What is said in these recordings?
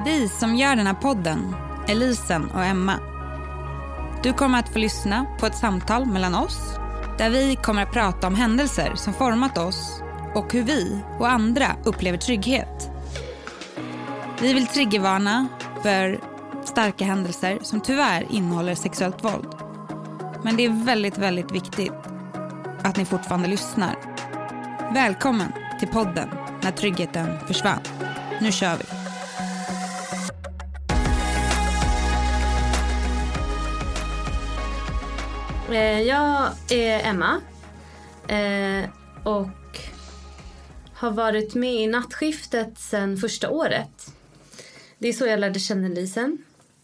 Vi som gör den här podden är Lisen och Emma. Du kommer att få lyssna på ett samtal mellan oss där vi kommer att prata om händelser som format oss och hur vi och andra upplever trygghet. Vi vill triggervarna för starka händelser som tyvärr innehåller sexuellt våld. Men det är väldigt, väldigt viktigt att ni fortfarande lyssnar. Välkommen till podden När tryggheten försvann. Nu kör vi! Jag är Emma och har varit med i nattskiftet sedan första året. Det är så jag lärde känna Lisen.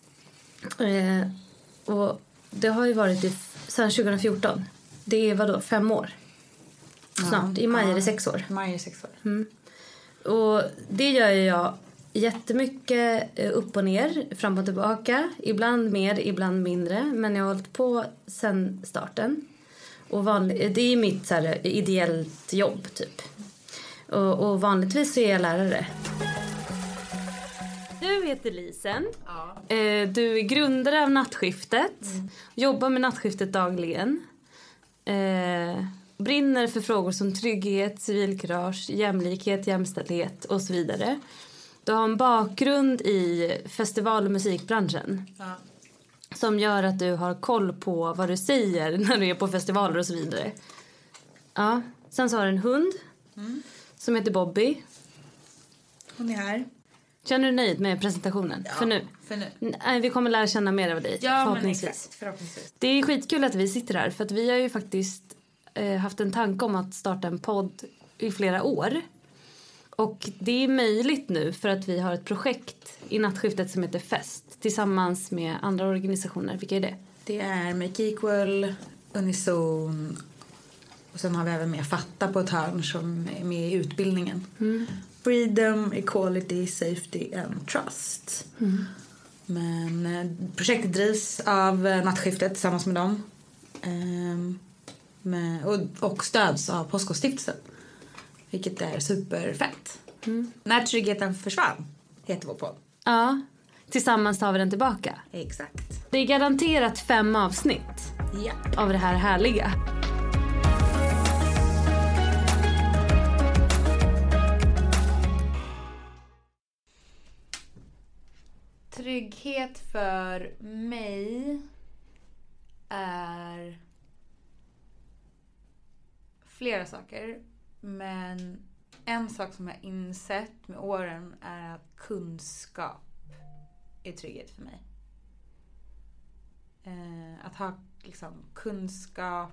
Och det har ju varit sedan 2014. Det är vadå, 5 år? Snart, i maj är det 6 år. Maj är 6 år. Mm. Och det gör jag jättemycket upp och ner, fram och tillbaka. Ibland mer, ibland mindre. Men jag har hållit på sedan starten. Och det är mitt så här, ideellt jobb typ. Och vanligtvis så är jag lärare. Du heter Lisen. Ja. Du är grundare av Nattskiftet. Jobbar med Nattskiftet dagligen. Brinner för frågor som trygghet, civilkurage, jämlikhet, jämställdhet och så vidare. Du har en bakgrund i festival- och musikbranschen. Ja. Som gör att du har koll på vad du säger när du är på festivaler och så vidare. Ja. Sen så har du en hund som heter Bobby. Hon är här. Känner du nöjd med presentationen? Ja, för nu? Nej, vi kommer lära känna mer av dig. Ja, förhoppningsvis. Det är skitkul att vi sitter här. För att vi har ju faktiskt haft en tanke om att starta en podd i flera år. Och det är möjligt nu för att vi har ett projekt i Nattskiftet som heter Fest. Tillsammans med andra organisationer. Vilka är det? Det är Make Equal, Unison. Och sen har vi även med Fatta på ett hörn som är med i utbildningen. Freedom, Equality, Safety and Trust. Men projektet drivs av Nattskiftet tillsammans med dem. Och stöds av Påskostiftelsen. Vilket är superfett. När tryggheten försvann heter vår podd. Ja, tillsammans tar vi den tillbaka. Exakt. Det är garanterat 5 avsnitt av det här härliga. Trygghet för mig är flera saker. Men en sak som jag insett med åren är att kunskap är trygghet för mig. Att ha liksom kunskap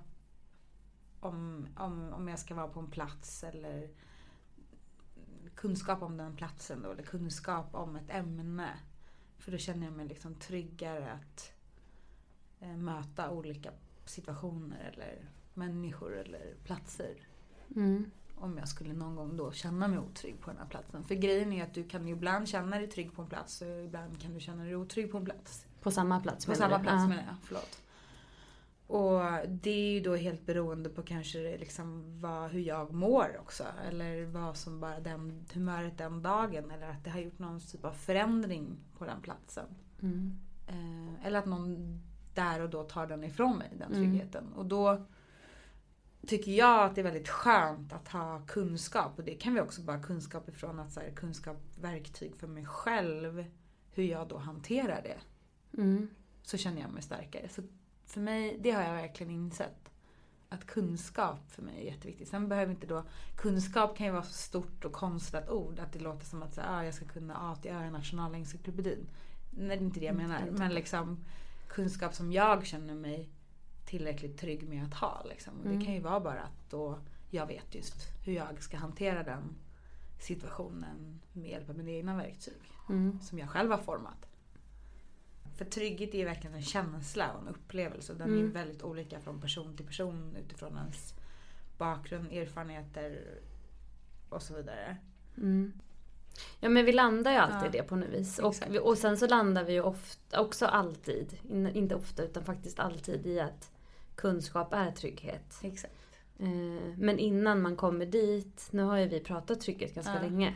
om jag ska vara på en plats eller kunskap om den platsen då, eller kunskap om ett ämne. För då känner jag mig liksom tryggare att möta olika situationer eller människor eller platser. Om jag skulle någon gång då känna mig otrygg på den här platsen. För grejen är att du kan ju ibland känna dig trygg på en plats och ibland kan du känna dig otrygg på en plats. På samma plats menar jag, förlåt. Och det är ju då helt beroende på kanske liksom hur jag mår också. Eller vad som bara humöret den dagen. Eller att det har gjort någon typ av förändring på den platsen. Eller att någon där och då tar den ifrån mig, den tryggheten. Och då tycker jag att det är väldigt skönt att ha kunskap. Och det kan vi också bara kunskap ifrån att så här, verktyg för mig själv. Hur jag då hanterar det. Så känner jag mig starkare. Så för mig, det har jag verkligen insett. Att kunskap för mig är jätteviktigt. Sen behöver inte då, kunskap kan ju vara så stort och konstlat ord. Att det låter som att jag ska kunna ATÖ nationalencyklopedin. Nej, det är inte det jag menar. Men liksom kunskap som jag känner mig tillräckligt trygg med att ha. Liksom. Och det kan ju vara bara att då jag vet just hur jag ska hantera den situationen med hjälp av mina egna verktyg. Som jag själv har format. För trygghet är verkligen en känsla och en upplevelse. Och den är väldigt olika från person till person utifrån ens bakgrund, erfarenheter och så vidare. Ja, men vi landar ju alltid det på något vis. Och sen så landar vi ju ofta, också alltid, inte ofta utan faktiskt alltid i att kunskap är trygghet. Exakt. Men innan man kommer dit, nu har ju vi pratat trygghet ganska länge.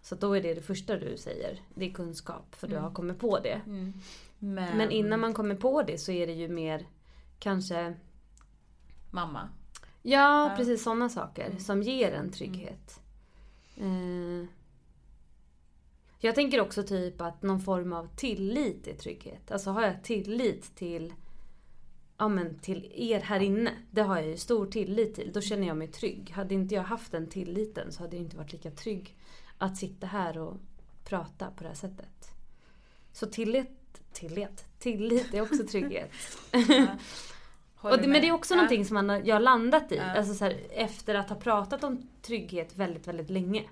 Så då är det första du säger. Det är kunskap, för du har kommit på det. Men innan man kommer på det så är det ju mer kanske... Mamma. Ja, precis sådana saker som ger en trygghet. Jag tänker också typ att någon form av tillit är trygghet. Alltså har jag tillit till er här inne. Det har jag ju stor tillit till. Då känner jag mig trygg. Hade inte jag haft den tilliten så hade jag inte varit lika trygg att sitta här och prata på det här sättet. Så tillit är också trygghet. Men det är också någonting som jag har landat i. Alltså så här, efter att ha pratat om trygghet väldigt, väldigt länge.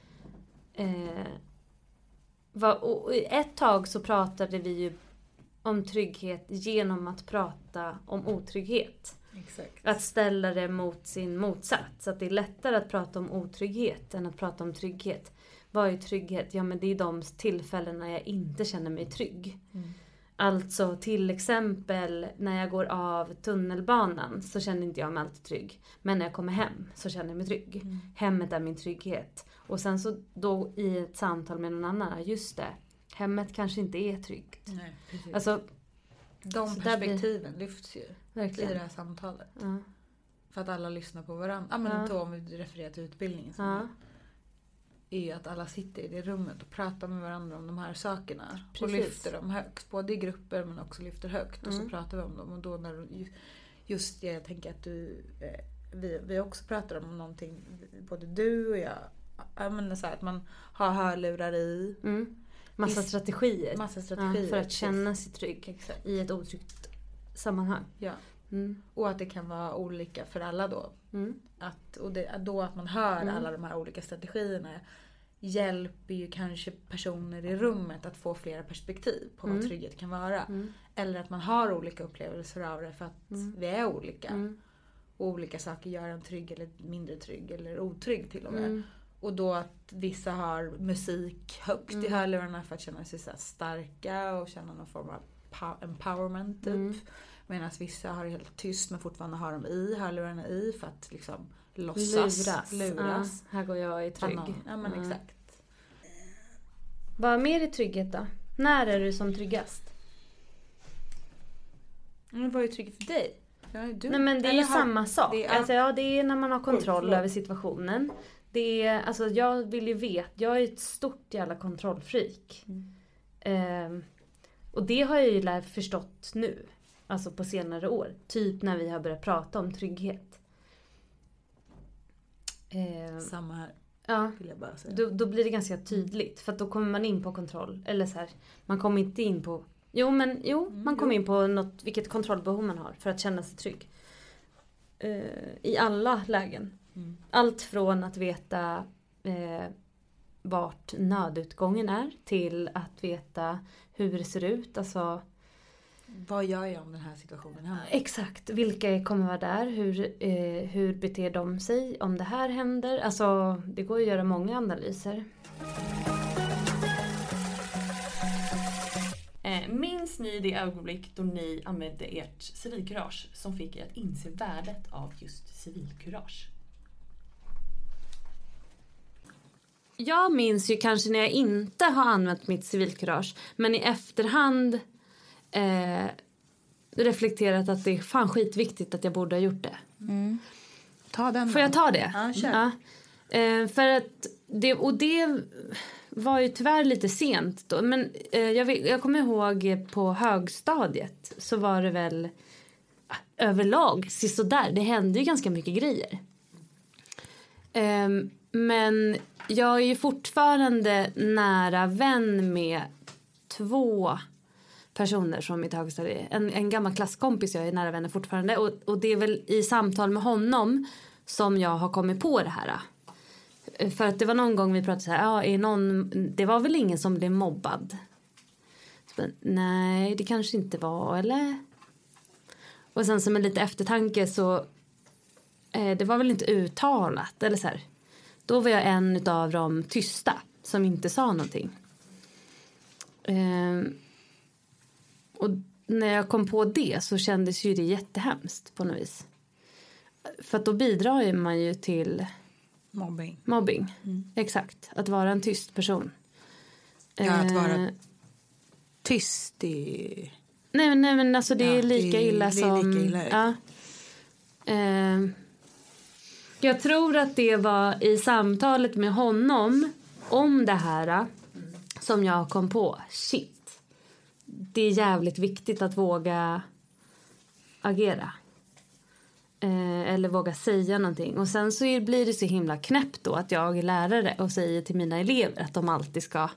Och ett tag så pratade vi ju om trygghet genom att prata om otrygghet. Exakt. Att ställa det mot sin motsats. Att det är lättare att prata om otrygghet än att prata om trygghet. Vad är trygghet? Ja, men det är de tillfällen när jag inte känner mig trygg. Alltså till exempel när jag går av tunnelbanan så känner inte jag mig alltid trygg. Men när jag kommer hem så känner jag mig trygg. Hemmet är min trygghet. Och sen så då i ett samtal med någon annan, just det. Hemmet kanske inte är tryggt. Nej, precis. Alltså, de perspektiven lyfts ju verkligen i det här samtalet. För att alla lyssnar på varandra. Ja, men då om vi refererar till utbildningen. Är ju att alla sitter i det rummet och pratar med varandra om de här sakerna. Precis. Och lyfter dem högt. Både i grupper men också lyfter högt. Och så pratar vi om dem. Och då när just det, jag tänker att vi också pratar om någonting. Både du och jag. Jag menar så här, att man har hörlurar i. Massa strategier. För att precis. känna sig trygg. Exakt. I ett otryggt sammanhang. Ja. Och att det kan vara olika för alla då. Att man hör alla de här olika strategierna hjälper ju kanske personer i rummet att få flera perspektiv på vad trygghet kan vara. Eller att man har olika upplevelser av det för att vi är olika. Och olika saker gör en trygg eller mindre trygg eller otrygg till och med. Och då att vissa har musik högt i hörlurarna för att känna sig så här starka och känna någon form av empowerment typ. Medan vissa har helt tyst men fortfarande har de hörlurarna i för att liksom låtsas. Luras. Här går jag i trygg. Ja, men exakt. Vad mer är trygghet då? När är du som tryggast? Men vad är trygghet för dig? Nej, men det är ju samma sak. Det är när man har kontroll över situationen. Det är, alltså jag vill ju veta, jag är ett stort jävla kontrollfreak. Och det har jag ju förstått nu. Alltså på senare år. Typ när vi har börjat prata om trygghet. Samma här. Ja, vill jag bara säga. Då blir det ganska tydligt. För att då kommer man in på kontroll. Eller så här, man kommer inte in på... man kommer in på vilket kontrollbehov man har. För att känna sig trygg. I alla lägen. Allt från att veta vart nödutgången är. Till att veta hur det ser ut. Alltså... Vad gör jag om den här situationen händer? Exakt. Vilka kommer vara där? Hur beter de sig om det här händer? Alltså, det går att göra många analyser. Minns ni det ögonblick då ni använde ert civilkurage som fick er att inse värdet av just civilkurage? Jag minns ju kanske när jag inte har använt mitt civilkurage. Men i efterhand... reflekterat att det är fan skitviktigt att jag borde ha gjort det. Ta den. Får jag ta det? Ja, kör. Ja. För att det var ju tyvärr lite sent då. Men jag kommer ihåg på högstadiet så var det väl överlag sådär. Det hände ju ganska mycket grejer. Men jag är ju fortfarande nära vän med 2 personer från mitt högstadie. En gammal klasskompis jag är nära vänner fortfarande. Och det är väl i samtal med honom som jag har kommit på det här. För att det var någon gång vi pratade så här. Det var väl ingen som blev mobbad? Så, nej, det kanske inte var, eller? Och sen som en lite eftertanke så... det var väl inte uttalat, eller så här. Då var jag en av de tysta som inte sa någonting. Och när jag kom på det så kändes ju det jättehemskt på något vis. För att då bidrar man ju till Mobbing. Exakt. Att vara en tyst person. Ja, att vara tyst i... Nej men alltså det är lika illa som... Det är lika illa. Ja. Jag tror att det var i samtalet med honom om det här som jag kom på. Shit. Det är jävligt viktigt att våga agera. Eller våga säga någonting. Och sen så blir det så himla knäppt då att jag är lärare och säger till mina elever att de alltid ska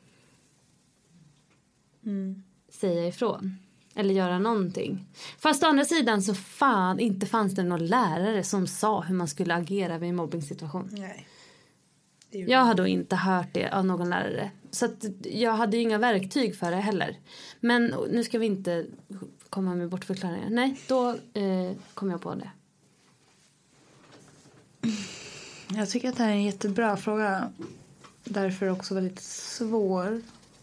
säga ifrån. Eller göra någonting. Fast å andra sidan så inte fanns det någon lärare som sa hur man skulle agera vid en mobbningssituation. Nej. Jag har då inte hört det av någon lärare. Så att jag hade ju inga verktyg för det heller. Men nu ska vi inte komma med bortförklaringar. Nej, då kom jag på det. Jag tycker att det här är en jättebra fråga. Därför också väldigt svår.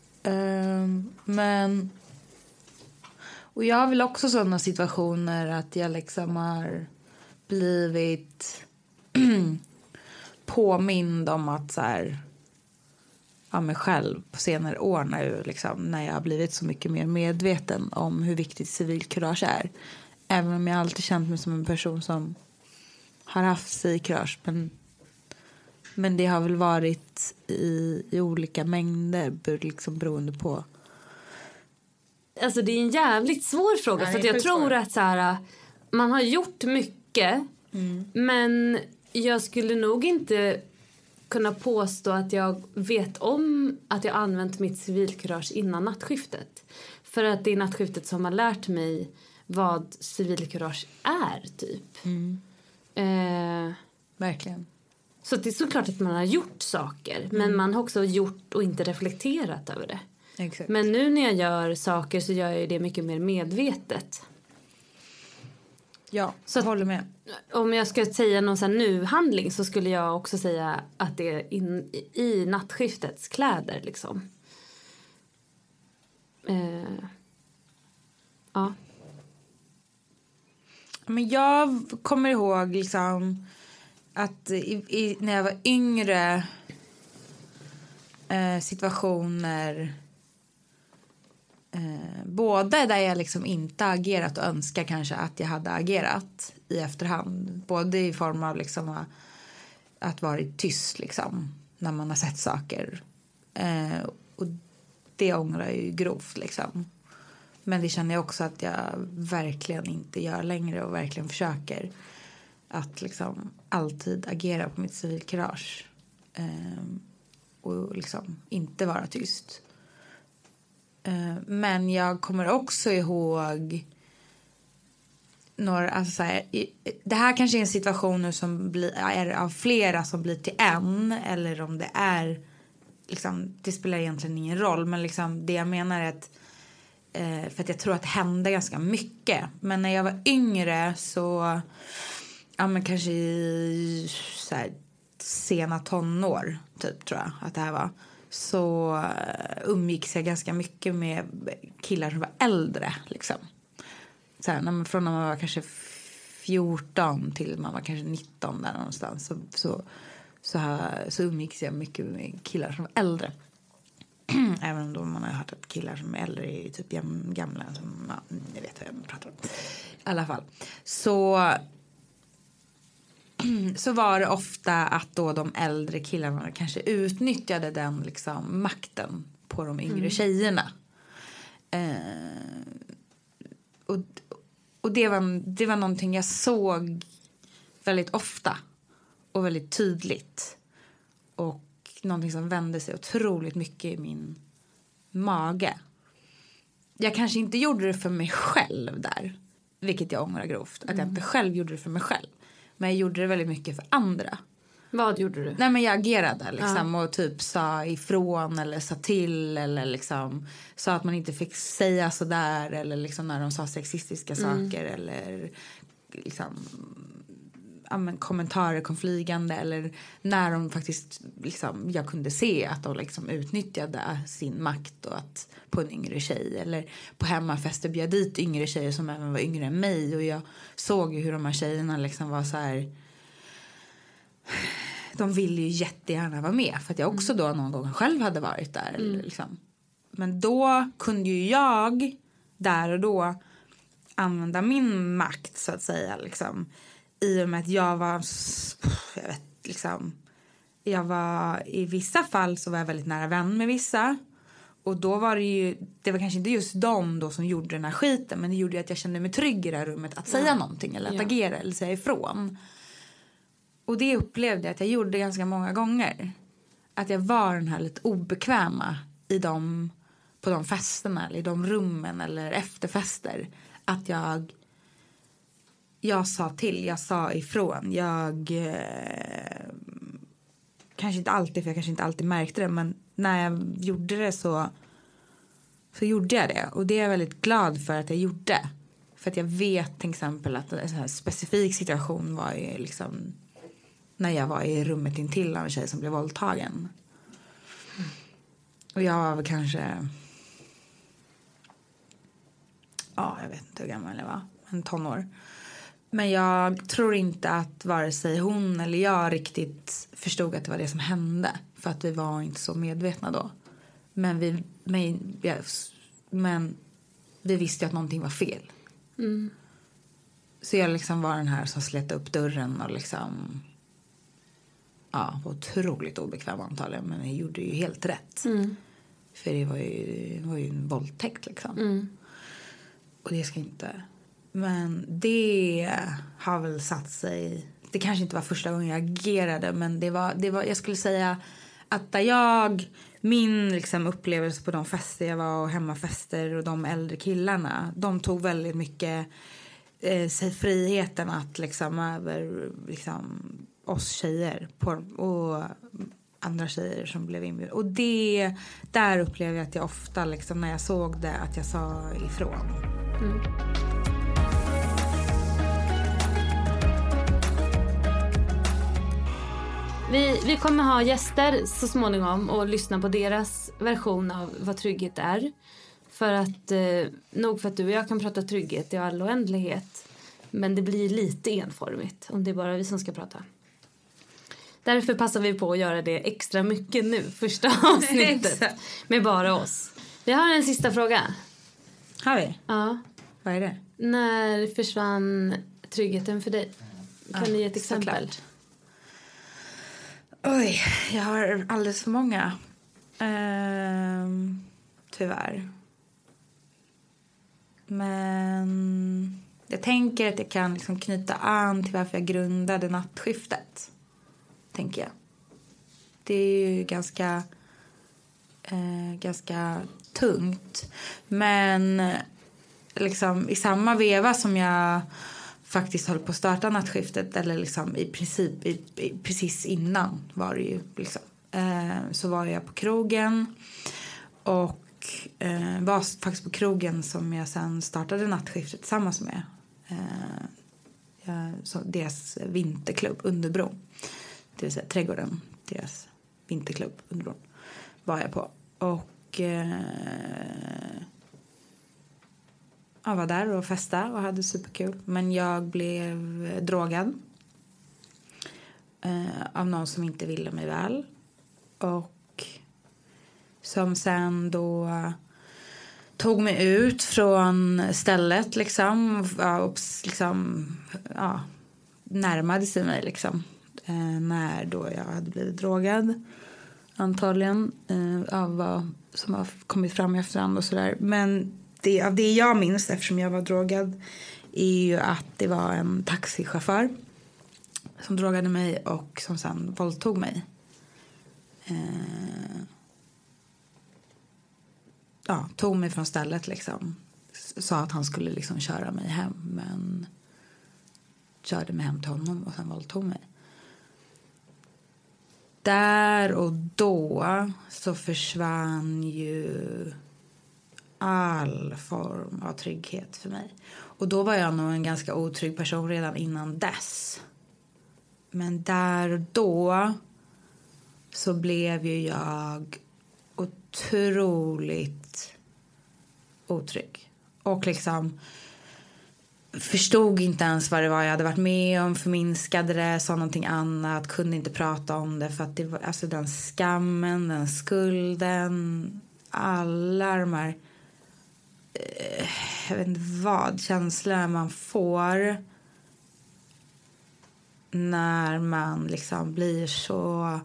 Men... Och jag har väl också sådana situationer att jag liksom har blivit påmind om att så här, av mig själv på senare år när jag har blivit så mycket mer medveten om hur viktigt civilkurage är. Även om jag alltid känt mig som en person som har haft civilkurage. Men det har väl varit i olika mängder liksom beroende på. Alltså det är en jävligt svår fråga. För att jag tror att så här, man har gjort mycket. Men jag skulle nog inte kunna påstå att jag vet om att jag använt mitt civilkurage innan nattskiftet. För att det är nattskiftet som har lärt mig vad civilkurage är typ. Verkligen. Så det är såklart att man har gjort saker. Men man har också gjort och inte reflekterat över det. Exakt. Men nu när jag gör saker så gör jag det mycket mer medvetet. Ja, så jag håller med. Om jag ska säga någon sån nu-handling så skulle jag också säga att det är i nattskiftets kläder liksom. Ja. Men jag kommer ihåg liksom att när jag var yngre situationer både där jag liksom inte agerat och önskar kanske att jag hade agerat i efterhand. Både i form av liksom att vara tyst liksom när man har sett saker. Och det ångrar jag ju grovt liksom. Men det känner jag också att jag verkligen inte gör längre och verkligen försöker att liksom alltid agera på mitt civilkurage. Och liksom inte vara tyst. Men jag kommer också ihåg några, alltså så här, det här kanske är en situation nu som är av flera som blir till en, eller om det är liksom, det spelar egentligen ingen roll, men liksom det jag menar är att för att jag tror att det hände ganska mycket, men när jag var yngre så men kanske i så här, sena tonår typ, tror jag att det här var, så umgicks jag ganska mycket med killar som var äldre liksom. Så här, från när man var kanske 14 till man var kanske 19 där någonstans, så umgicks jag mycket med killar som var äldre. Även om då man har hört att killar som är äldre är typ gamla, som, jag vet vad jag pratar om. I alla fall. Så var det ofta att då de äldre killarna kanske utnyttjade den liksom makten på de yngre tjejerna. Och det var någonting jag såg väldigt ofta och väldigt tydligt. Och någonting som vände sig otroligt mycket i min mage. Jag kanske inte gjorde det för mig själv där, vilket jag ångrar grovt. Att jag inte själv gjorde det för mig själv. Men jag gjorde det väldigt mycket för andra. Vad gjorde du? Nej, men jag agerade liksom, och typ sa ifrån eller sa till eller liksom sa att man inte fick säga så där, eller liksom när de sa sexistiska saker eller liksom kommentarer kom flygande, eller när de faktiskt liksom, jag kunde se att de liksom utnyttjade sin makt och att på en yngre tjej, eller på hemmafester bjöd dit yngre tjejer som även var yngre än mig, och jag såg ju hur de här tjejerna liksom var så här de ville ju jättegärna vara med. För att jag också då någon gång själv hade varit där. Liksom. Men då kunde ju jag där och då använda min makt så att säga. Liksom. I och med att jag var, jag vet liksom, jag var i vissa fall så var jag väldigt nära vän med vissa. Och då var det var kanske inte just de då som gjorde den här skiten. Men det gjorde att jag kände mig trygg i det här rummet att säga någonting eller att agera eller säga ifrån. Och det upplevde jag att jag gjorde ganska många gånger. Att jag var den här lite obekväma på de festerna eller i de rummen eller efterfester. Att jag sa till, jag sa ifrån. Jag kanske inte alltid, för jag kanske inte alltid märkte det. Men när jag gjorde det så gjorde jag det. Och det är jag väldigt glad för att jag gjorde. För att jag vet till exempel att en sån här specifik situation var ju liksom när jag var i rummet intill av en tjej som blev våldtagen. Och jag var väl kanske, jag vet inte hur gammal jag var, en tonår. Men jag tror inte att vare sig hon eller jag riktigt förstod att det var det som hände. För att vi var inte så medvetna då. Men vi visste ju att någonting var fel. Så jag liksom var den här som slet upp dörren och liksom, var otroligt obekväm antagligen. Men jag gjorde ju helt rätt. För det var ju en våldtäkt liksom. Och det ska inte... Men det har väl satt sig... Det kanske inte var första gången jag agerade. Men det var jag skulle säga att min liksom upplevelse på de fester jag var och hemmafester och de äldre killarna, de tog väldigt mycket sig friheten att liksom över liksom oss tjejer och andra tjejer som blev inbjudna. Och där upplevde jag att jag ofta liksom, när jag såg det, att jag sa ifrån. Vi kommer ha gäster så småningom och lyssna på deras version av vad trygghet är. För att, nog för att du och jag kan prata trygghet i all oändlighet. Men det blir lite enformigt om det är bara vi som ska prata. Därför passar vi på att göra det extra mycket nu, första avsnittet. Med bara oss. Vi har en sista fråga. Har vi? Ja. Vad är det? När försvann tryggheten för dig? Kan du ge ett exempel? Såklart. Oj, jag har alldeles för många. Tyvärr. Men jag tänker att jag kan liksom knyta an till varför jag grundade nattskiftet. Tänker jag. Det är ju ganska tungt. Men liksom i samma veva som jag faktiskt håller på att starta nattskiftet, eller liksom i princip precis innan var det ju liksom, så var jag på krogen och var faktiskt på krogen som jag sen startade nattskiftet tillsammans med deras vinterklubb Underbron, det vill säga Trädgården, deras vinterklubb Underbron var jag på. Och jag var där och festade och hade superkul. Men jag blev drogad av någon som inte ville mig väl. Och som sen då tog mig ut från stället liksom. Och närmade sig mig liksom. När då jag hade blivit drogad. Antagligen av vad som har kommit fram i efterhand och sådär. Men av det jag minns, eftersom jag var drogad, är ju att det var en taxichaufför som drogade mig och som sen våldtog mig. Tog mig från stället liksom. Sa att han skulle liksom köra mig hem, men körde mig hem till honom och sen våldtog mig. Där och då så försvann ju all form av trygghet för mig. Och då var jag nog en ganska otrygg person redan innan dess. Men där och då så blev ju jag otroligt otrygg. Och liksom förstod inte ens vad det var jag hade varit med om, förminskade det, sa någonting annat, kunde inte prata om det för att det var, alltså den skammen, den skulden, alla de här jag vet inte vad känslor man får när man liksom blir så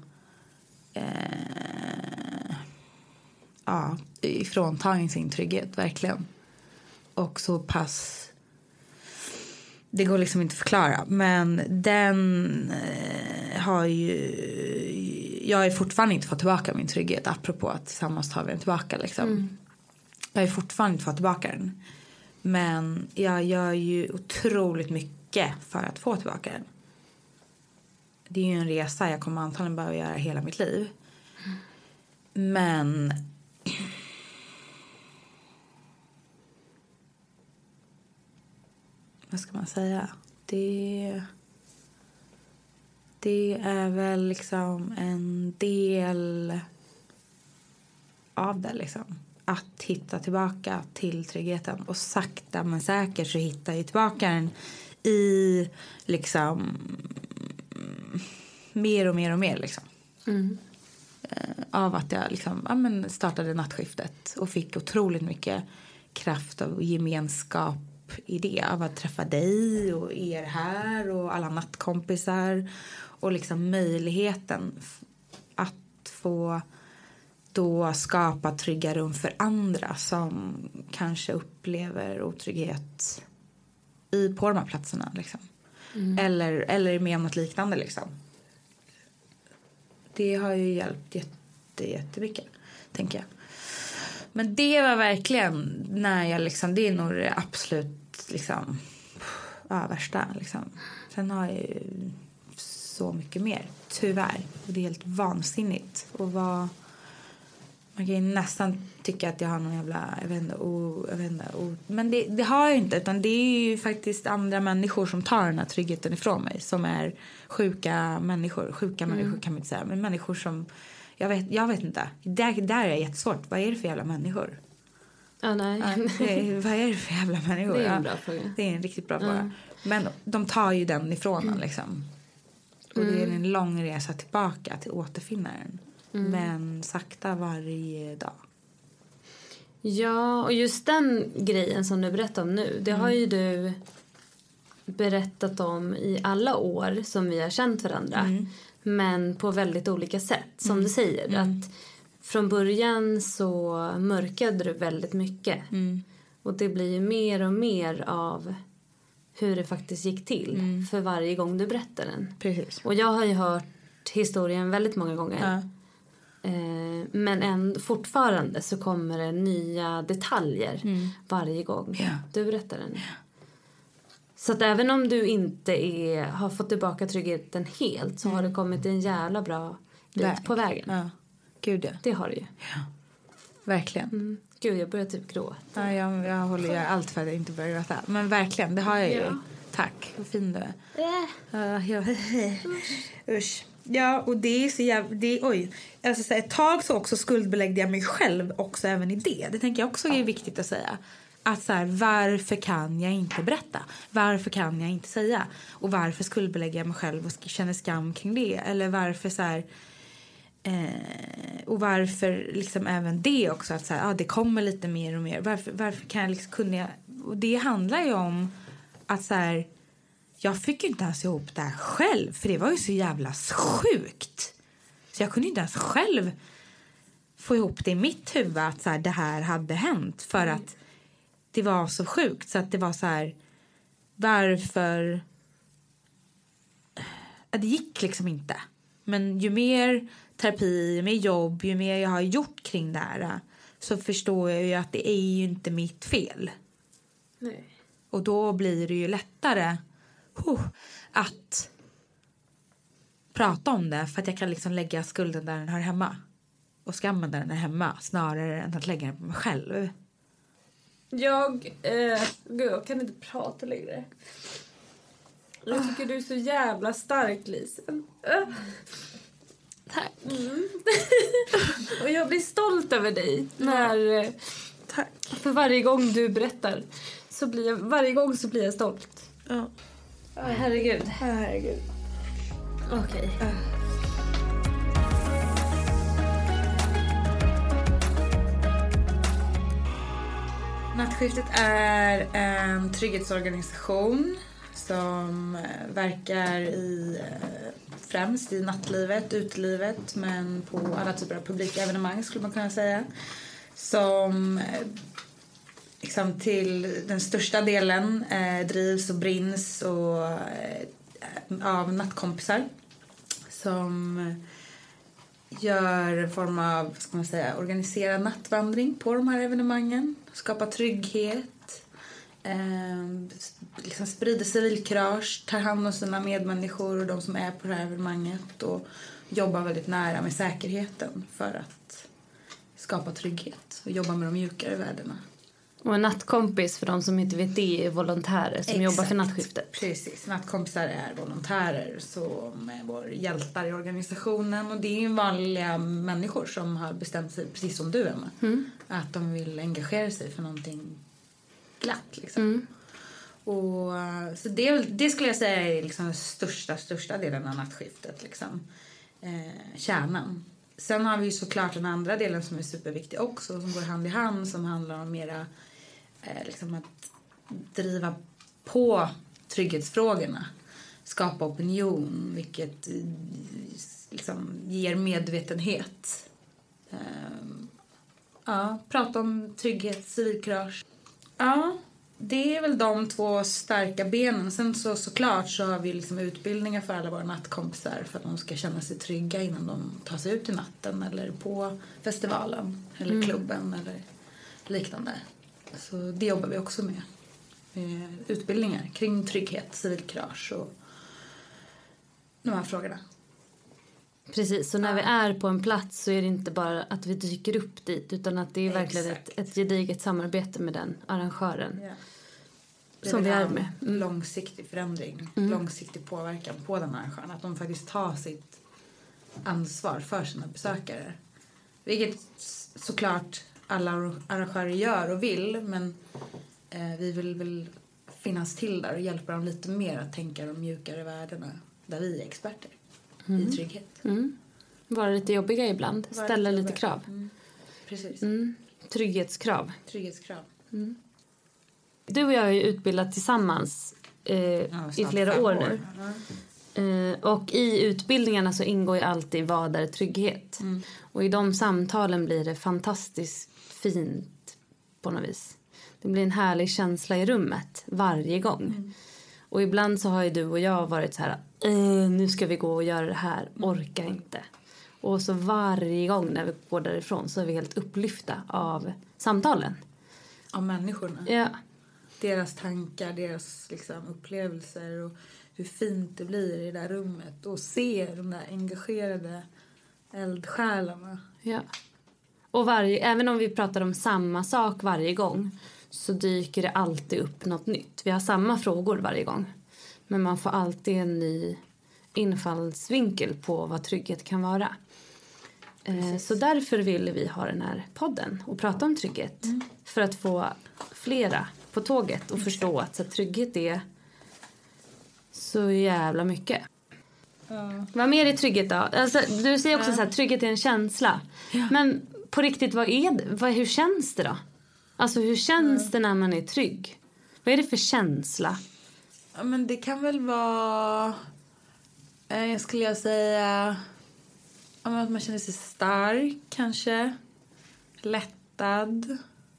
ifråntagen sin trygghet, verkligen. Och så pass, det går liksom inte att förklara, men den har ju, jag har fortfarande inte fått tillbaka min trygghet, apropå att tillsammans tar vi den tillbaka liksom. Jag har fortfarande inte fått tillbaka den, men jag gör ju otroligt mycket för att få tillbaka den. Det är ju en resa jag kommer antagligen behöva göra hela mitt liv. Men vad ska man säga? Det är väl liksom en del av det liksom. Att hitta tillbaka till tryggheten. Och sakta men säkert så hittar jag tillbaka den i liksom mer och mer liksom. Av att jag liksom, startade nattskiftet och fick otroligt mycket kraft och gemenskap i det, av att träffa dig och er här och alla nattkompisar och liksom möjligheten att få då skapa trygga rum för andra som kanske upplever otrygghet på de här platserna liksom. Eller med något liknande liksom. Det har ju hjälpt jättemycket, tänker jag. Men det var verkligen när jag liksom, det är nog det absolut liksom värsta liksom. Sen har jag ju så mycket mer, tyvärr. Och det är helt vansinnigt. Och man kan ju nästan tycka att jag har någon jävla, jag vet inte. Men det har jag inte, utan det är ju faktiskt andra människor som tar den här tryggheten ifrån mig. Som är sjuka människor kan man inte säga. Men människor som, jag vet inte. Där är det jättesvårt. Vad är det för jävla människor? Nej. Vad är det för jävla människor? Det är en bra fråga. Det är en riktigt bra fråga. Men de tar ju den ifrån en liksom. Och det är en lång resa tillbaka till återfinnaren. Men sakta varje dag. Ja, och just den grejen som du berättar om nu, det har ju du berättat om i alla år som vi har känt varandra. Men på väldigt olika sätt, som du säger. Att från början så mörkade du väldigt mycket. Och det blir ju mer och mer av hur det faktiskt gick till för varje gång du berättar den. Precis. Och jag har ju hört historien väldigt många gånger. Ja. Men fortfarande så kommer det nya detaljer varje gång du berättar den. Så att även om du inte har fått tillbaka tryggheten helt, så har det kommit en jävla bra bit på vägen. Ja, gud ja. Det har du ju. Ja, verkligen. Gud, jag börjar typ gråta. Ja, jag håller allt för att jag inte börjar gråta. Men verkligen, det har jag ju. Ja. Tack, vad fin du är. Usch. Ja, och det är så jävla... Oj. Alltså, så ett tag så också skuldbeläggde jag mig själv också även i det. Det tänker jag också är viktigt att säga. Att så här, varför kan jag inte berätta? Varför kan jag inte säga? Och varför skuldbelägger jag mig själv och känner skam kring det? Eller varför så här... och varför liksom även det också, att så här, det kommer lite mer och mer. Varför kan jag liksom, kunna jag... Och det handlar ju om att så här... Jag fick ju inte ens ihop det här själv. För det var ju så jävla sjukt. Så jag kunde inte ens själv få ihop det i mitt huvud att så här, det här hade hänt. För att det var så sjukt. Så att det var så här... Varför... Det gick liksom inte. Men ju mer terapi, ju mer jobb, ju mer jag har gjort kring det här, så förstår jag ju att det är ju inte mitt fel. Nej. Och då blir det ju lättare att prata om det, för att jag kan liksom lägga skulden där den hör hemma och skammen där den är hemma, snarare än att lägga den på mig själv. Jag kan inte prata längre. Jag tycker du är så jävla stark, Lisen. Tack. Och jag blir stolt över dig när Tack. för varje gång du berättar. så blir jag, varje gång så blir jag stolt. Ja. Herregud. Herregud. Okej. Nattskiftet är en trygghetsorganisation som verkar främst i nattlivet, utelivet, men på alla typer av publika evenemang skulle man kunna säga. Som liksom till den största delen drivs och brinns av nattkompisar som gör en form av, vad ska man säga, organiserad nattvandring på de här evenemangen. Skapar trygghet, liksom sprider civilkurage, tar hand om sina medmänniskor och de som är på det här evenemanget och jobbar väldigt nära med säkerheten för att skapa trygghet och jobba med de mjukare värdena. Och en nattkompis, för de som inte vet det, är volontärer som jobbar för nattskiftet. Precis, nattkompisar är volontärer som är vår hjältar i organisationen. Och det är ju vanliga människor som har bestämt sig, precis som du Emma, att de vill engagera sig för någonting glatt liksom. Och så det skulle jag säga är liksom den största delen av nattskiftet liksom. Kärnan. Sen har vi ju såklart den andra delen som är superviktig också, som går hand i hand, som handlar om mera liksom att driva på trygghetsfrågorna, skapa opinion, vilket liksom ger medvetenhet. Prata om trygghet, civilkurage. Ja, det är väl de två starka benen. Sen såklart så har vi liksom utbildningar för alla våra nattkompisar för att de ska känna sig trygga innan de tar sig ut i natten eller på festivalen eller klubben eller liknande. Så det jobbar vi också med. Utbildningar kring trygghet, civilkurage och de här frågorna. Precis, så när vi är på en plats så är det inte bara att vi dyker upp dit, utan att det är verkligen ett gediget samarbete med den arrangören. Ja. Som vi är med. Långsiktig förändring, långsiktig påverkan på den arrangören. Att de faktiskt tar sitt ansvar för sina besökare. Vilket såklart alla arrangörer gör och vill, men vi vill väl finnas till där och hjälpa dem lite mer att tänka de mjukare värdena där vi är experter i trygghet. Vara lite jobbiga ibland, ställa lite krav. Precis. Trygghetskrav. Trygghetskrav. Du och jag har ju utbildat tillsammans i flera år nu. Och i utbildningarna så ingår ju alltid vad är trygghet. Och i de samtalen blir det fantastiskt fint på något vis. Det blir en härlig känsla i rummet varje gång. Och ibland så har ju du och jag varit så här, nu ska vi gå och göra det här, orkar inte. Och så varje gång när vi går därifrån så är vi helt upplyfta av samtalen. Av människorna. Ja. Deras tankar, deras liksom upplevelser och hur fint det blir i det där rummet. Och se de där engagerade eldsjälarna. Ja. Och även om vi pratar om samma sak varje gång så dyker det alltid upp något nytt. Vi har samma frågor varje gång. Men man får alltid en ny infallsvinkel på vad trygghet kan vara. Så därför vill vi ha den här podden och prata om trygghet. För att få flera på tåget och förstå att så trygghet är så jävla mycket. Vad mer är trygghet då? Alltså, du säger också så här, trygghet är en känsla. Men på riktigt, vad är det? Hur känns det då? Alltså hur känns det när man är trygg? Vad är det för känsla? Ja, men det kan väl vara, skulle jag säga, att man känner sig stark kanske. Lättad.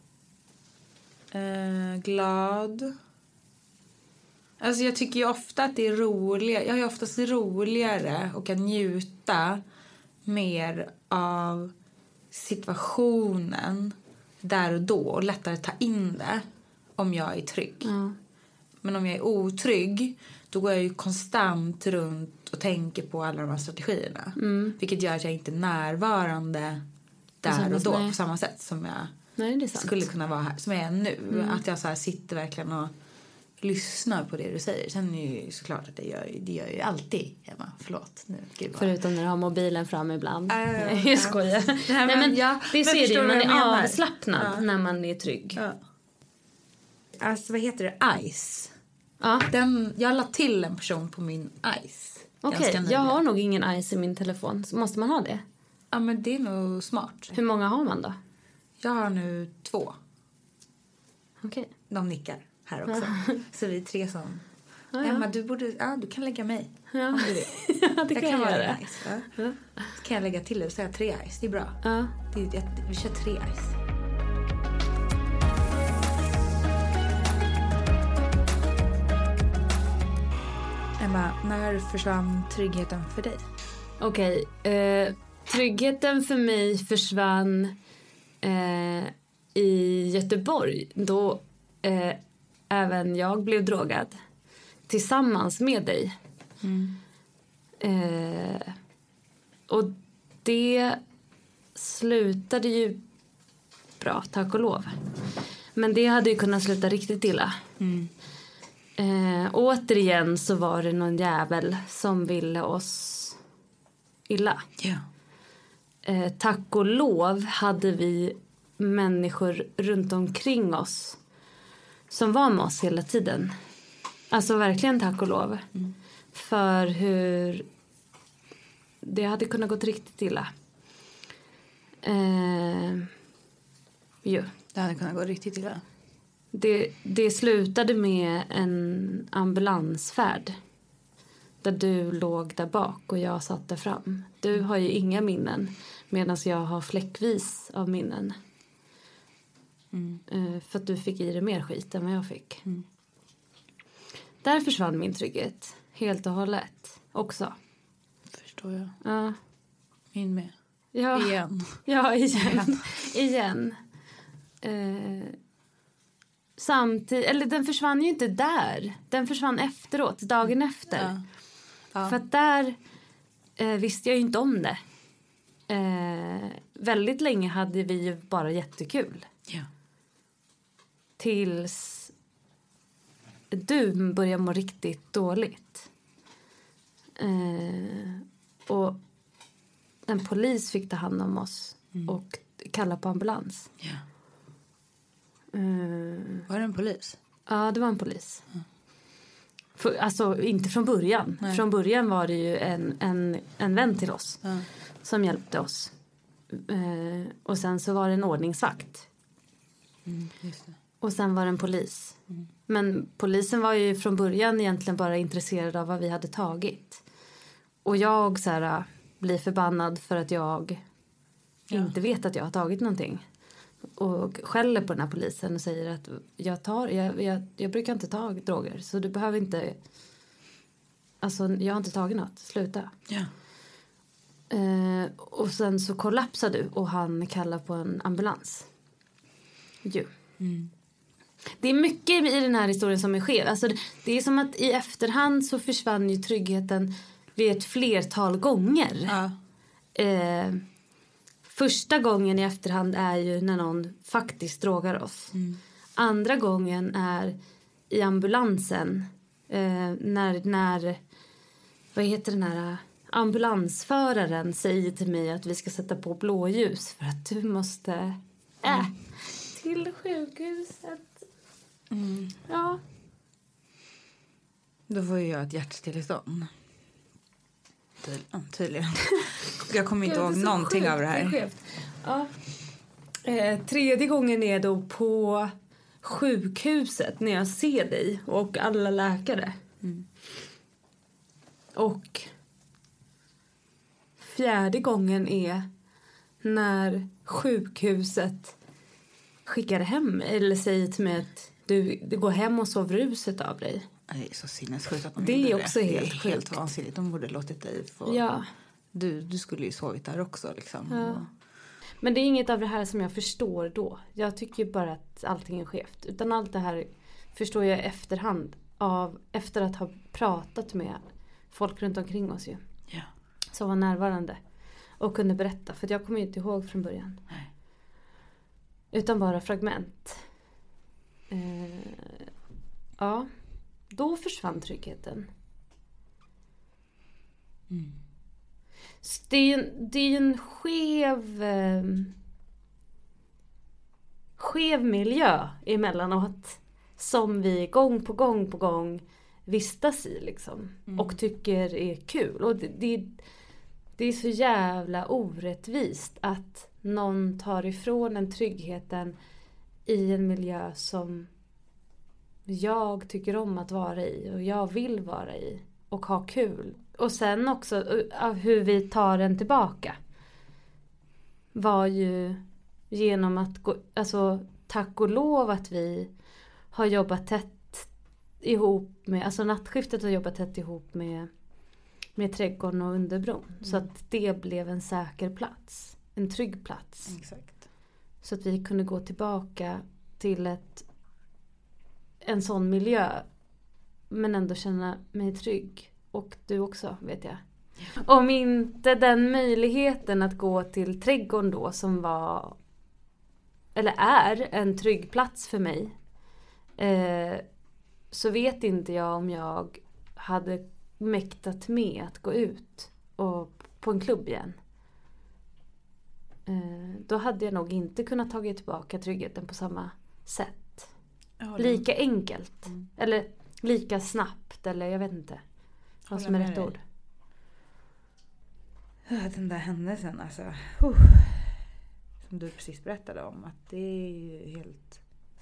Glad. Alltså jag tycker ju ofta att det är roligare. Jag är oftast roligare och kan njuta mer av situationen där och då och lättare ta in det om jag är trygg. Men om jag är otrygg, då går jag ju konstant runt och tänker på alla de här strategierna. Vilket gör att jag inte är närvarande där och då på samma sätt som jag skulle kunna vara här, som jag är nu. Att jag så här sitter verkligen och lyssnar på det du säger. Sen är det ju såklart att det gör ju alltid, Emma. Förlåt. Nu, förutom när du har mobilen fram ibland. Jag skojar. Nej, men ja, det ser du, man är avslappnad när man är trygg. Alltså vad heter det? Ice. Ja. Jag la till en person på min Ice. Okej, jag har nog ingen Ice i min telefon. Så måste man ha det? Ja, men det är nog smart. Hur många har man då? Jag har nu 2. Okej. De nickar här också. Så vi är 3 som... Ja. Emma, du kan lägga mig. Ja. Om du vill. Ja, det kan jag vara göra. Ice. Ja. Så kan jag lägga till det och säga 3 Ice. Det är bra. Ja. Vi kör 3 Ice. Emma, när försvann tryggheten för dig? Okej. Tryggheten för mig försvann i Göteborg. Då även jag blev drogad. Tillsammans med dig. Och det slutade ju bra, tack och lov. Men det hade ju kunnat sluta riktigt illa. Återigen så var det någon jävel som ville oss illa. Ja. Tack och lov hade vi människor runt omkring oss som var med oss hela tiden. Alltså verkligen tack och lov. För hur det hade kunnat gått riktigt illa. Jo. Det hade kunnat gå riktigt illa. Det slutade med en ambulansfärd. Där du låg där bak och jag satt där fram. Du har ju inga minnen. Medan jag har fläckvis av minnen. För att du fick i dig mer skit än vad jag fick. Där försvann min trygghet. Helt och hållet. Också. Förstår jag. Ja. Min med. Ja. Igen. Ja, igen. Samtidigt, eller den försvann ju inte där. Den försvann efteråt, dagen efter. Ja. För att där visste jag ju inte om det. Väldigt länge hade vi ju bara jättekul. Ja. Tills du började må riktigt dåligt. Och en polis fick ta hand om oss och kalla på ambulans. Ja. Var det en polis? Ja, det var en polis. Alltså inte från början. Nej. Från början var det ju en vän till oss Ja. som hjälpte oss. Och sen så var det en ordningsvakt. Just det. Och sen var det en polis. Men polisen var ju från början egentligen bara intresserad av vad vi hade tagit. Och jag så här, blir förbannad för att jag inte vet att jag har tagit någonting. Och skäller på den här polisen och säger att jag brukar inte ta droger. Så du behöver inte... Alltså, jag har inte tagit något. Sluta. Ja. Och sen så kollapsar du och han kallar på en ambulans. Jo. Det är mycket i den här historien som är skev. Alltså, det är som att i efterhand så försvann ju tryggheten vid ett flertal gånger. Ja. Första gången i efterhand är ju när någon faktiskt drogar oss. Andra gången är i ambulansen. När vad heter den här ambulansföraren säger till mig att vi ska sätta på blåljus för att du måste till sjukhuset. Ja. Då får jag ett hjärtstillestånd. Tydligen. Jag kommer inte ihåg någonting av det här. Ja. Tredje gången är då på sjukhuset när jag ser dig och alla läkare. Och fjärde gången är när sjukhuset skickar hem eller säger till mig att du går hem och sover ruset av dig. Det är så sinnessjukt att de Det är gjorde också det. helt Det är helt vansinnigt. De borde låtit dig få... Ja. Du skulle ju sovit där också liksom. Ja. Men det är inget av det här som jag förstår då. Jag tycker bara att allting är skevt. Utan allt det här förstår jag i efterhand. Efter att ha pratat med folk runt omkring oss ju. Ja. Som var närvarande. Och kunde berätta. För jag kommer inte ihåg från början. Nej. Utan bara fragment. Ja. Då försvann tryggheten. Så det är ju en skev miljö emellanåt. som vi gång på gång vistas i liksom. Och tycker är kul. Och det är så jävla orättvist att någon tar ifrån en tryggheten i en miljö som jag tycker om att vara i och jag vill vara i och ha kul. Och sen också hur vi tar den tillbaka var ju genom att gå, alltså tack och lov att vi har jobbat tätt ihop med, alltså nattskiftet har jobbat tätt ihop med trädgården och Underbron. Så att det blev en säker plats. En trygg plats. Exakt. Så att vi kunde gå tillbaka till en sån miljö. Men ändå känna mig trygg. Och du också, vet jag. Om inte den möjligheten att gå till trädgården då som var eller är en trygg plats för mig. Så vet inte jag om jag hade mäktat med att gå ut och på en klubb igen. Då hade jag nog inte kunnat ta tillbaka tryggheten på samma sätt. Lika enkelt. Eller lika snabbt. Eller jag vet inte vad som är rätt ord. Den där händelsen alltså. Som du precis berättade om. Att det är ju helt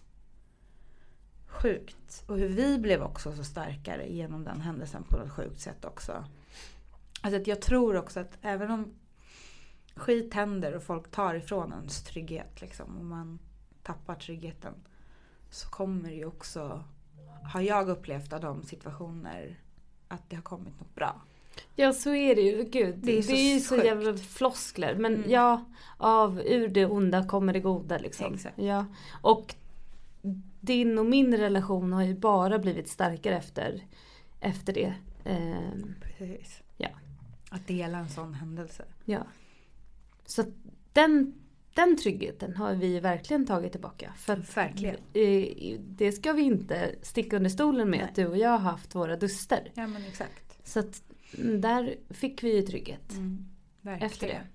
sjukt. Och hur vi blev också så starkare genom den händelsen på något sjukt sätt också. Alltså att jag tror också att även om skit händer och folk tar ifrån ens trygghet liksom, och man tappar tryggheten, så kommer det ju också, har jag upplevt av de situationer, att det har kommit något bra. Ja, så är det ju. Gud, det är ju så jävla floskler. Men ja, ur det onda kommer det goda liksom. Exakt. Ja. Och din och min relation har ju bara blivit starkare efter det. Precis. Ja. Att dela en sån händelse. Ja. Så den tryggheten har vi verkligen tagit tillbaka. För verkligen. Det ska vi inte sticka under stolen med. Nej. Att du och jag har haft våra duster. Ja, men exakt. Så att där fick vi ju trygghet. Efter det.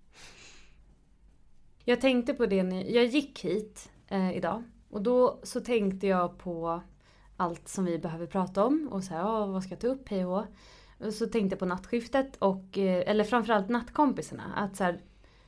Jag tänkte på det jag gick hit idag. Och då så tänkte jag på allt som vi behöver prata om. Och så här, vad ska jag ta upp? Hej och så tänkte jag på nattskiftet. Eller framförallt nattkompisarna. Att så här,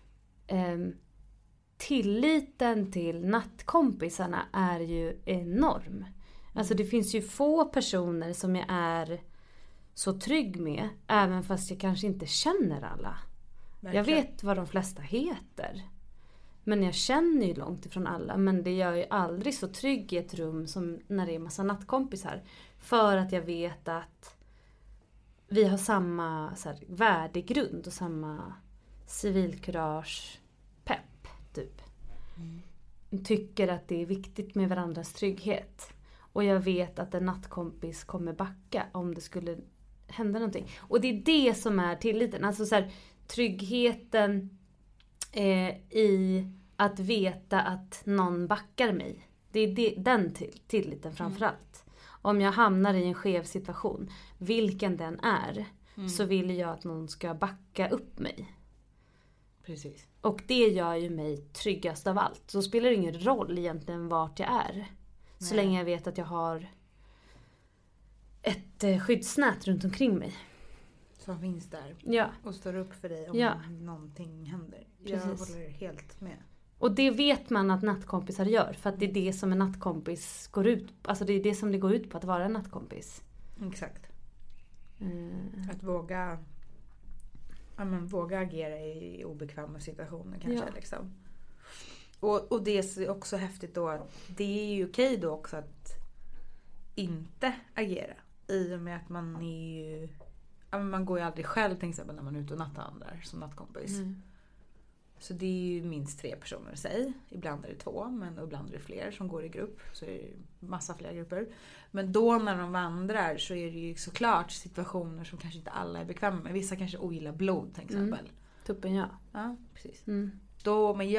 tilliten till nattkompisarna är ju enorm. Alltså det finns ju få personer som jag är så trygg med. Även fast jag kanske inte känner alla. Verkligen. Jag vet vad de flesta heter. Men jag känner ju långt ifrån alla. Men det gör ju aldrig så trygg i ett rum som när det är massa nattkompisar. För att jag vet att vi har samma så här, värdegrund och samma civilkurage pepp typ. Tycker att det är viktigt med varandras trygghet. Och jag vet att en nattkompis kommer backa om det skulle hända någonting. Och det är det som är tilliten. Alltså så här, tryggheten i att veta att någon backar mig. Det är den tilliten framförallt. Om jag hamnar i en skev situation, vilken den är, så vill jag att någon ska backa upp mig. Precis. Och det gör ju mig tryggast av allt. Så spelar det ingen roll egentligen vart jag är. Nej. Så länge jag vet att jag har ett skyddsnät runt omkring mig. Som finns där. Ja. Och står upp för dig om någonting händer. Precis. Jag håller helt med. Och det vet man att nattkompisar gör. För att det är det som en nattkompis går ut på. Alltså det är det som det går ut på att vara en nattkompis. Exakt. Att våga agera i obekväma situationer kanske. Ja. Liksom. Och det är också häftigt då att det är ju okej då också att inte agera. I och med att man är ju... Man går ju aldrig själv till exempel när man är ute och nattandrar som nattkompis. Så det är ju minst 3 personer i sig. Ibland är det 2, men ibland är det fler som går i grupp. Så är det massa fler grupper. Men då när de vandrar så är det ju såklart situationer som kanske inte alla är bekväma med. Vissa kanske ogillar blod till exempel. Tuppen, ja. Ja, precis. Då, men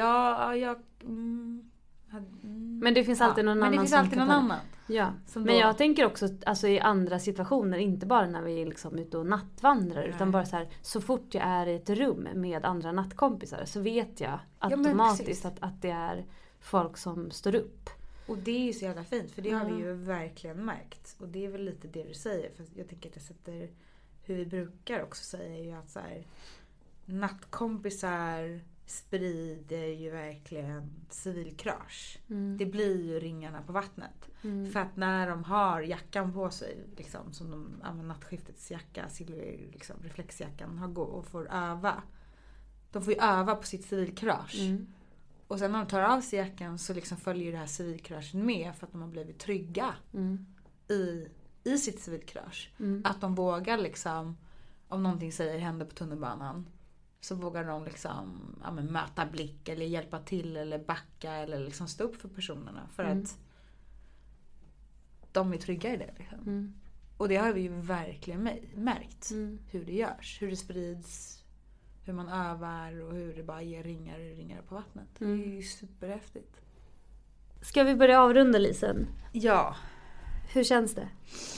men det finns alltid någon annan. Men det finns alltid någon annan. Ja. Men jag tänker också alltså, i andra situationer, inte bara när vi är liksom ute och nattvandrar. Nej. Utan bara så här, så fort jag är i ett rum med andra nattkompisar så vet jag automatiskt att det är folk som står upp. Och det är ju så jävla fint, för det har vi ju verkligen märkt. Och det är väl lite det du säger, för jag tänker att det sätter, hur vi brukar också säga ju att så här, nattkompisar sprider ju verkligen civilkurage. Det blir ju ringarna på vattnet. För att när de har jackan på sig, liksom, som de använder nattskiftets jacka, silver, liksom, reflexjackan, har gå och får öva. De får ju öva på sitt civilkurage. Och sen när de tar av sig jackan så liksom följer det här civilkuragen med, för att de har blivit trygga i sitt civilkurage. Att de vågar liksom, om någonting säger händer på tunnelbanan, så vågar de liksom möta blick eller hjälpa till eller backa eller liksom stå upp för personerna, för att de är trygga i det liksom. Och det har vi ju verkligen märkt hur det görs, hur det sprids, hur man övar och hur det bara ger ringar på vattnet. Det är ju superhäftigt. Ska vi börja avrunda, Lisen? Ja. Hur känns det?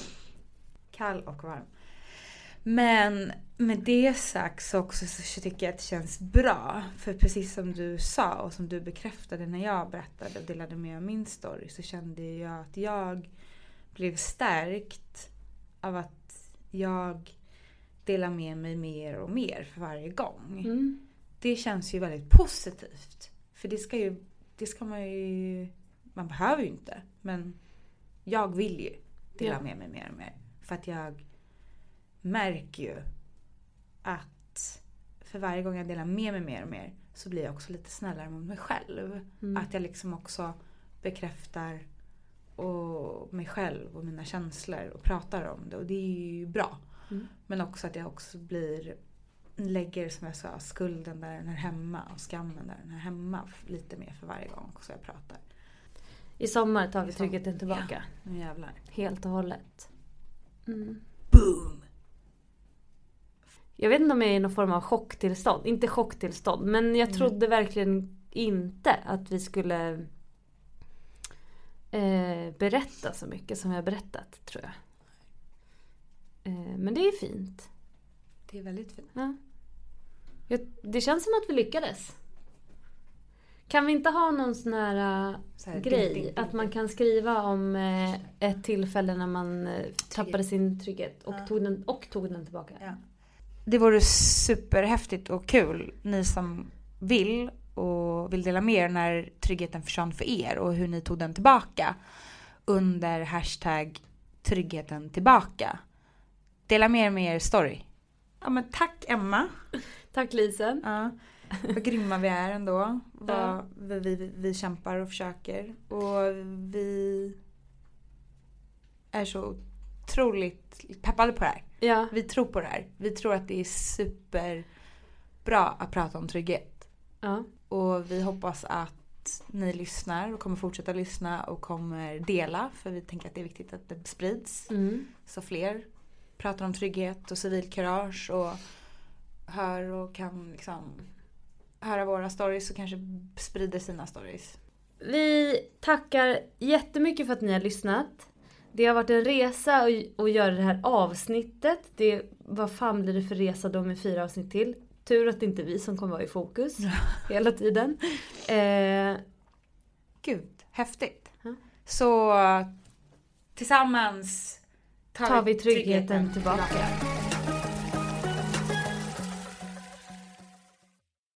Kall och varm. Men med det sagt så också så tycker jag att det känns bra. För precis som du sa och som du bekräftade när jag berättade och delade med av min story, så kände jag att jag blev stärkt av att jag delar med mig mer och mer för varje gång. Det känns ju väldigt positivt. För det ska man behöver ju inte. Men jag vill ju dela med mig mer och mer. För att jag märker ju att för varje gång jag delar med mig mer och mer, så blir jag också lite snällare mot mig själv. Att jag liksom också bekräftar och mig själv och mina känslor och pratar om det. Och det är ju bra. Men också att jag också lägger, som jag sa, skulden där den är hemma och skammen där den är hemma lite mer för varje gång också jag pratar. I sommar tar vi tryggheten tillbaka. Ja, nu jävlar. Helt och hållet. Boom! Jag vet inte om jag är i någon form av chocktillstånd. Inte chocktillstånd, men jag trodde verkligen inte att vi skulle berätta så mycket som vi har berättat, tror jag. Men det är fint. Det är väldigt fint. Ja. Det känns som att vi lyckades. Kan vi inte ha någon sån här grej ding. Att man kan skriva om ett tillfälle när man tappade sin trygghet och tog den tillbaka? Ja. Det vore superhäftigt och kul, ni som vill dela med er när tryggheten försvann för er och hur ni tog den tillbaka under hashtag tryggheten tillbaka. Dela med er story. Ja, men tack Emma. Tack Lisen. Ja. Vad grymma vi är ändå. Vi kämpar och försöker. Och vi är så otroligt peppade på det här. Ja. Vi tror på det här. Vi tror att det är superbra att prata om trygghet. Ja. Och vi hoppas att ni lyssnar och kommer fortsätta lyssna och kommer dela. För vi tänker att det är viktigt att det sprids. Så fler pratar om trygghet och civilkurage och hör och kan liksom höra våra stories och kanske sprider sina stories. Vi tackar jättemycket för att ni har lyssnat. Det har varit en resa att göra det här avsnittet. Vad fan blir det för resa då med 4 avsnitt till? Tur att det inte är vi som kommer vara i fokus hela tiden. Gud, häftigt. Så tillsammans tar vi tryggheten tillbaka.